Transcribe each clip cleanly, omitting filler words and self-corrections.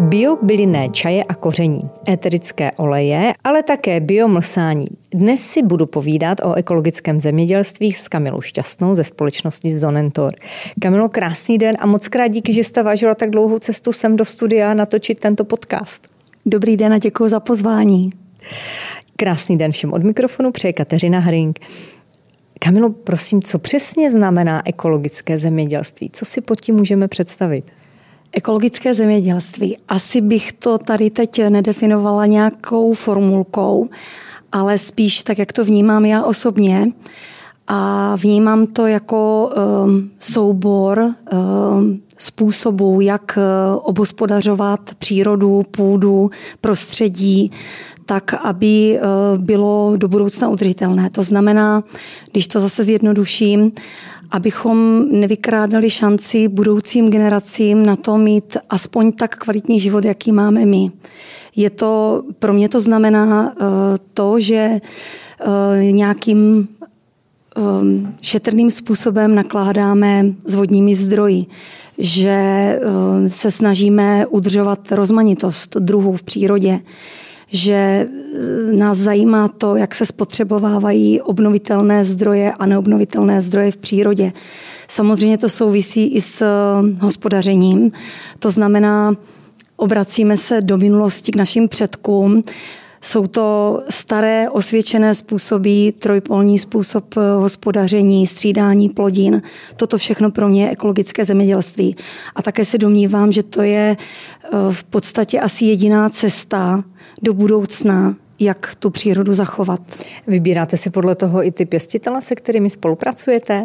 Biobylinné čaje a koření, éterické oleje, ale také biomlsání. Dnes si budu povídat o ekologickém zemědělství s Kamilou Šťastnou ze společnosti Zonentor. Kamilo, krásný den a moc krát díky, že jste vážila tak dlouhou cestu sem do studia natočit tento podcast. Dobrý den a děkuji za pozvání. Krásný den všem od mikrofonu, přeje Kateřina Hring. Kamilo, prosím, co přesně znamená ekologické zemědělství? Co si pod tím můžeme představit? Ekologické zemědělství. Asi bych to tady teď nedefinovala nějakou formulkou, ale spíš tak, jak to vnímám já osobně. A vnímám to jako soubor způsobů, jak obhospodařovat přírodu, půdu, prostředí, tak, aby bylo do budoucna udržitelné. To znamená, když to zase zjednoduším, abychom nevykrádali šanci budoucím generacím na to mít aspoň tak kvalitní život, jaký máme my. Pro mě to znamená to, že nějakým šetrným způsobem nakládáme s vodními zdroji, že se snažíme udržovat rozmanitost druhů v přírodě, že nás zajímá to, jak se spotřebovávají obnovitelné zdroje a neobnovitelné zdroje v přírodě. Samozřejmě to souvisí i s hospodařením. To znamená, obracíme se do minulosti k našim předkům. Jsou to staré osvědčené způsoby, trojpolní způsob hospodaření, střídání plodin. Toto všechno pro mě je ekologické zemědělství. A také se domnívám, že to je v podstatě asi jediná cesta do budoucna, jak tu přírodu zachovat. Vybíráte si podle toho i ty pěstitele, se kterými spolupracujete?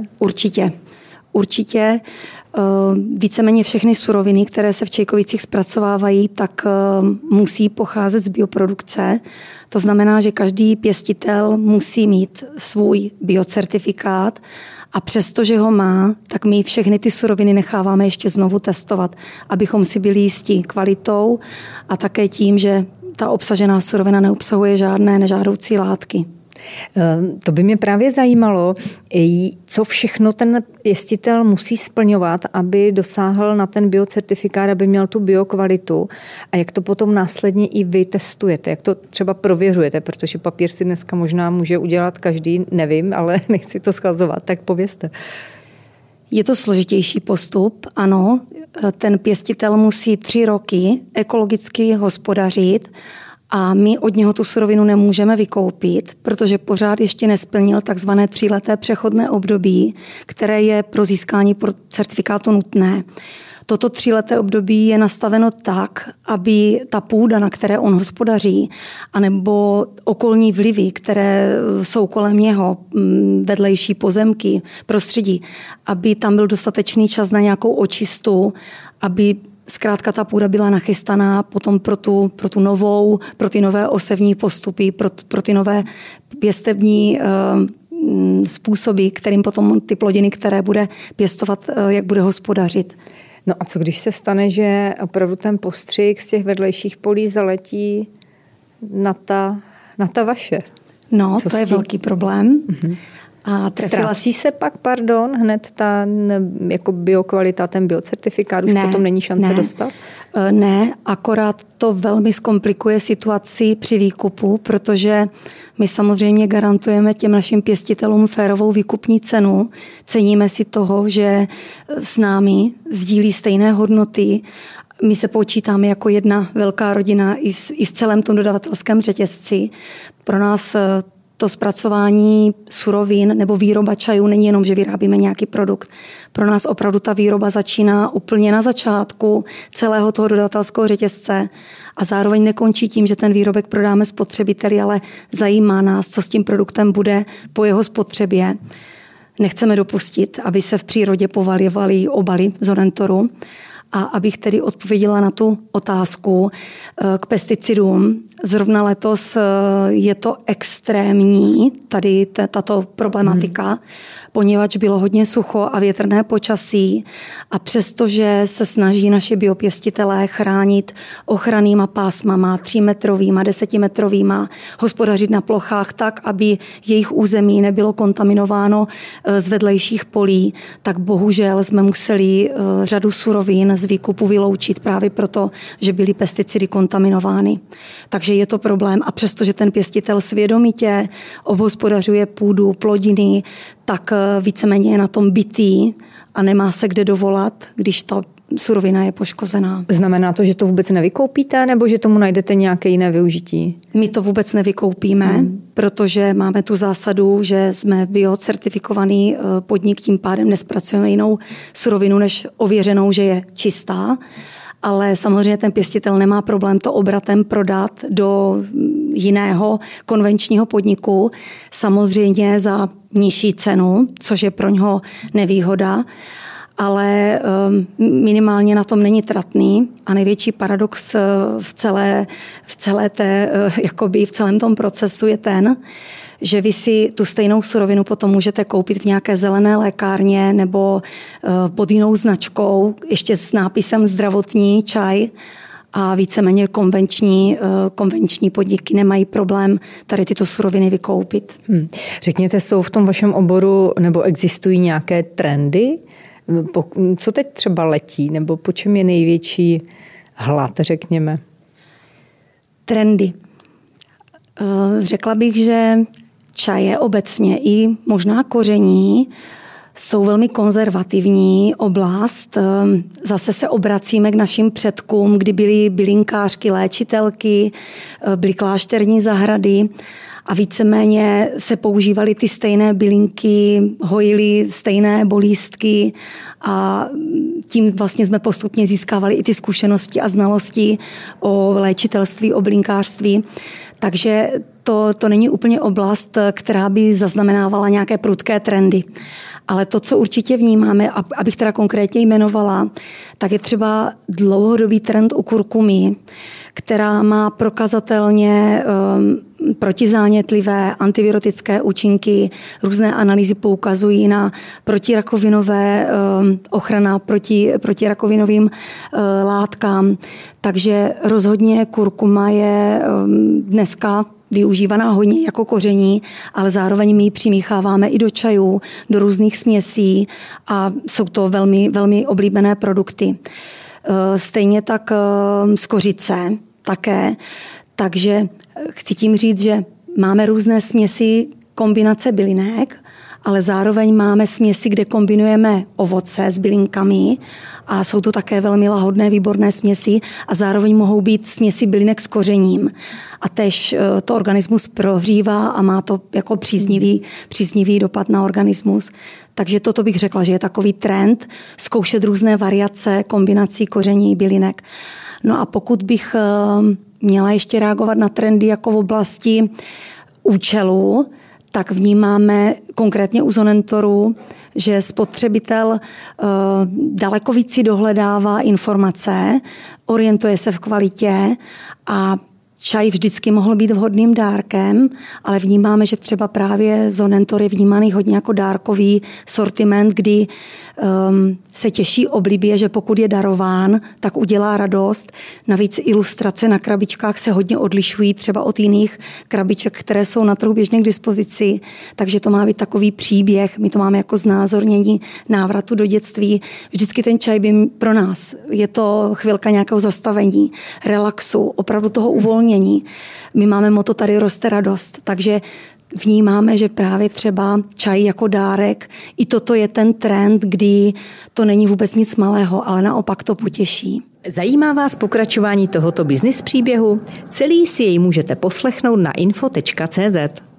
Určitě. Víceméně všechny suroviny, které se v Čejkovicích zpracovávají, tak musí pocházet z bioprodukce. To znamená, že každý pěstitel musí mít svůj biocertifikát a přestože ho má, tak my všechny ty suroviny necháváme ještě znovu testovat, abychom si byli jistí kvalitou a také tím, že ta obsažená surovina neobsahuje žádné nežádoucí látky. To by mě právě zajímalo, co všechno ten pěstitel musí splňovat, aby dosáhl na ten biocertifikát, aby měl tu biokvalitu a jak to potom následně i vy testujete, jak to třeba prověřujete, protože papír si dneska možná může udělat každý, nevím, ale nechci to schazovat, tak povězte. Je to složitější postup, ano. Ten pěstitel musí 3 roky ekologicky hospodařit a my od něho tu surovinu nemůžeme vykoupit, protože pořád ještě nesplnil takzvané 3leté přechodné období, které je pro získání certifikátu nutné. Toto 3leté období je nastaveno tak, aby ta půda, na které on hospodaří, anebo okolní vlivy, které jsou kolem něho, vedlejší pozemky, prostředí, aby tam byl dostatečný čas na nějakou očistu, aby zkrátka ta půda byla nachystaná potom pro ty nové osevní postupy, pro ty nové pěstební způsoby, kterým potom ty plodiny, které bude pěstovat, jak bude hospodařit. No a co když se stane, že opravdu ten postřik z těch vedlejších polí zaletí na ta vaše? No, to je velký problém. Mm-hmm. A ztrácí se pak, hned ta jako biokvalita, ten biocertifikát, už potom není šance dostat? Ne, akorát to velmi zkomplikuje situaci při výkupu, protože my samozřejmě garantujeme těm našim pěstitelům férovou výkupní cenu. Ceníme si toho, že s námi sdílí stejné hodnoty. My se počítáme jako jedna velká rodina i v celém tom dodavatelském řetězci. Pro nás to zpracování surovin nebo výroba čajů není jenom, že vyrábíme nějaký produkt. Pro nás opravdu ta výroba začíná úplně na začátku celého toho dodavatelského řetězce a zároveň nekončí tím, že ten výrobek prodáme spotřebiteli, ale zajímá nás, co s tím produktem bude po jeho spotřebě. Nechceme dopustit, aby se v přírodě povaliovaly obaly Zonentoru. A abych tedy odpověděla na tu otázku k pesticidům. Zrovna letos je to extrémní, tady tato problematika, poněvadž bylo hodně sucho a větrné počasí a přestože se snaží naši biopěstitelé chránit ochrannýma pásmama, 3metrovýma, 10metrovýma, hospodařit na plochách tak, aby jejich území nebylo kontaminováno z vedlejších polí, tak bohužel jsme museli řadu surovin z výkupu vyloučit právě proto, že byly pesticidy kontaminovány. Takže je to problém a přestože ten pěstitel svědomitě obhospodařuje půdu, plodiny, tak víceméně je na tom bitý a nemá se kde dovolat, když ta surovina je poškozená. Znamená to, že to vůbec nevykoupíte, nebo že tomu najdete nějaké jiné využití? My to vůbec nevykoupíme, protože máme tu zásadu, že jsme biocertifikovaný podnik, tím pádem nespracujeme jinou surovinu, než ověřenou, že je čistá. Ale samozřejmě ten pěstitel nemá problém to obratem prodat do jiného konvenčního podniku, samozřejmě za nižší cenu, což je pro něho nevýhoda, ale minimálně na tom není tratný a největší paradox v celém tom procesu je ten, že vy si tu stejnou surovinu potom můžete koupit v nějaké zelené lékárně nebo pod jinou značkou, ještě s nápisem zdravotní čaj a víceméně konvenční podniky nemají problém tady tyto suroviny vykoupit. Řekněte, jsou v tom vašem oboru nebo existují nějaké trendy? Co teď třeba letí, nebo po čem je největší hlad, řekněme? Trendy. Řekla bych, že čaje obecně i možná koření jsou velmi konzervativní oblast. Zase se obracíme k našim předkům, kdy byly bylinkářky, léčitelky, byly klášterní zahrady a víceméně se používaly ty stejné bylinky, hojily stejné bolístky a tím vlastně jsme postupně získávali i ty zkušenosti a znalosti o léčitelství, o bylinkářství. Takže to není úplně oblast, která by zaznamenávala nějaké prudké trendy. Ale to, co určitě vnímáme, abych teda konkrétně jmenovala, tak je třeba dlouhodobý trend u kurkumy, která má prokazatelně protizánětlivé antivirotické účinky. Různé analýzy poukazují na protirakovinové ochrana proti rakovinovým látkám. Takže rozhodně kurkuma je dneska využívaná hodně jako koření, ale zároveň my ji přimícháváme i do čajů, do různých směsí a jsou to velmi, velmi oblíbené produkty. Stejně tak z kořice také. Takže chci tím říct, že máme různé směsi kombinace bylinek, ale zároveň máme směsi, kde kombinujeme ovoce s bylinkami a jsou to také velmi lahodné, výborné směsi a zároveň mohou být směsi bylinek s kořením. A též to organismus prohřívá a má to jako příznivý dopad na organismus. Takže toto bych řekla, že je takový trend zkoušet různé variace kombinací koření bylinek. No a pokud bych měla ještě reagovat na trendy jako v oblasti účelu, tak vnímáme konkrétně u Zonentoru, že spotřebitel daleko víc si dohledává informace, orientuje se v kvalitě a čaj vždycky mohl být vhodným dárkem, ale vnímáme, že třeba právě Zonentor je vnímaný hodně jako dárkový sortiment, kdy se těší oblibě, že pokud je darován, tak udělá radost. Navíc ilustrace na krabičkách se hodně odlišují třeba od jiných krabiček, které jsou na trhu běžně k dispozici, takže to má být takový příběh, my to máme jako znázornění návratu do dětství. Vždycky ten čaj by pro nás, je to chvilka nějakého zastavení, relaxu, opravdu toho uvolnění. My máme motto Tady roste radost, takže vnímáme, že právě třeba čaj jako dárek, i toto je ten trend, kdy to není vůbec nic malého, ale naopak to potěší. Zajímá vás pokračování tohoto business příběhu? Celý si jej můžete poslechnout na info.cz.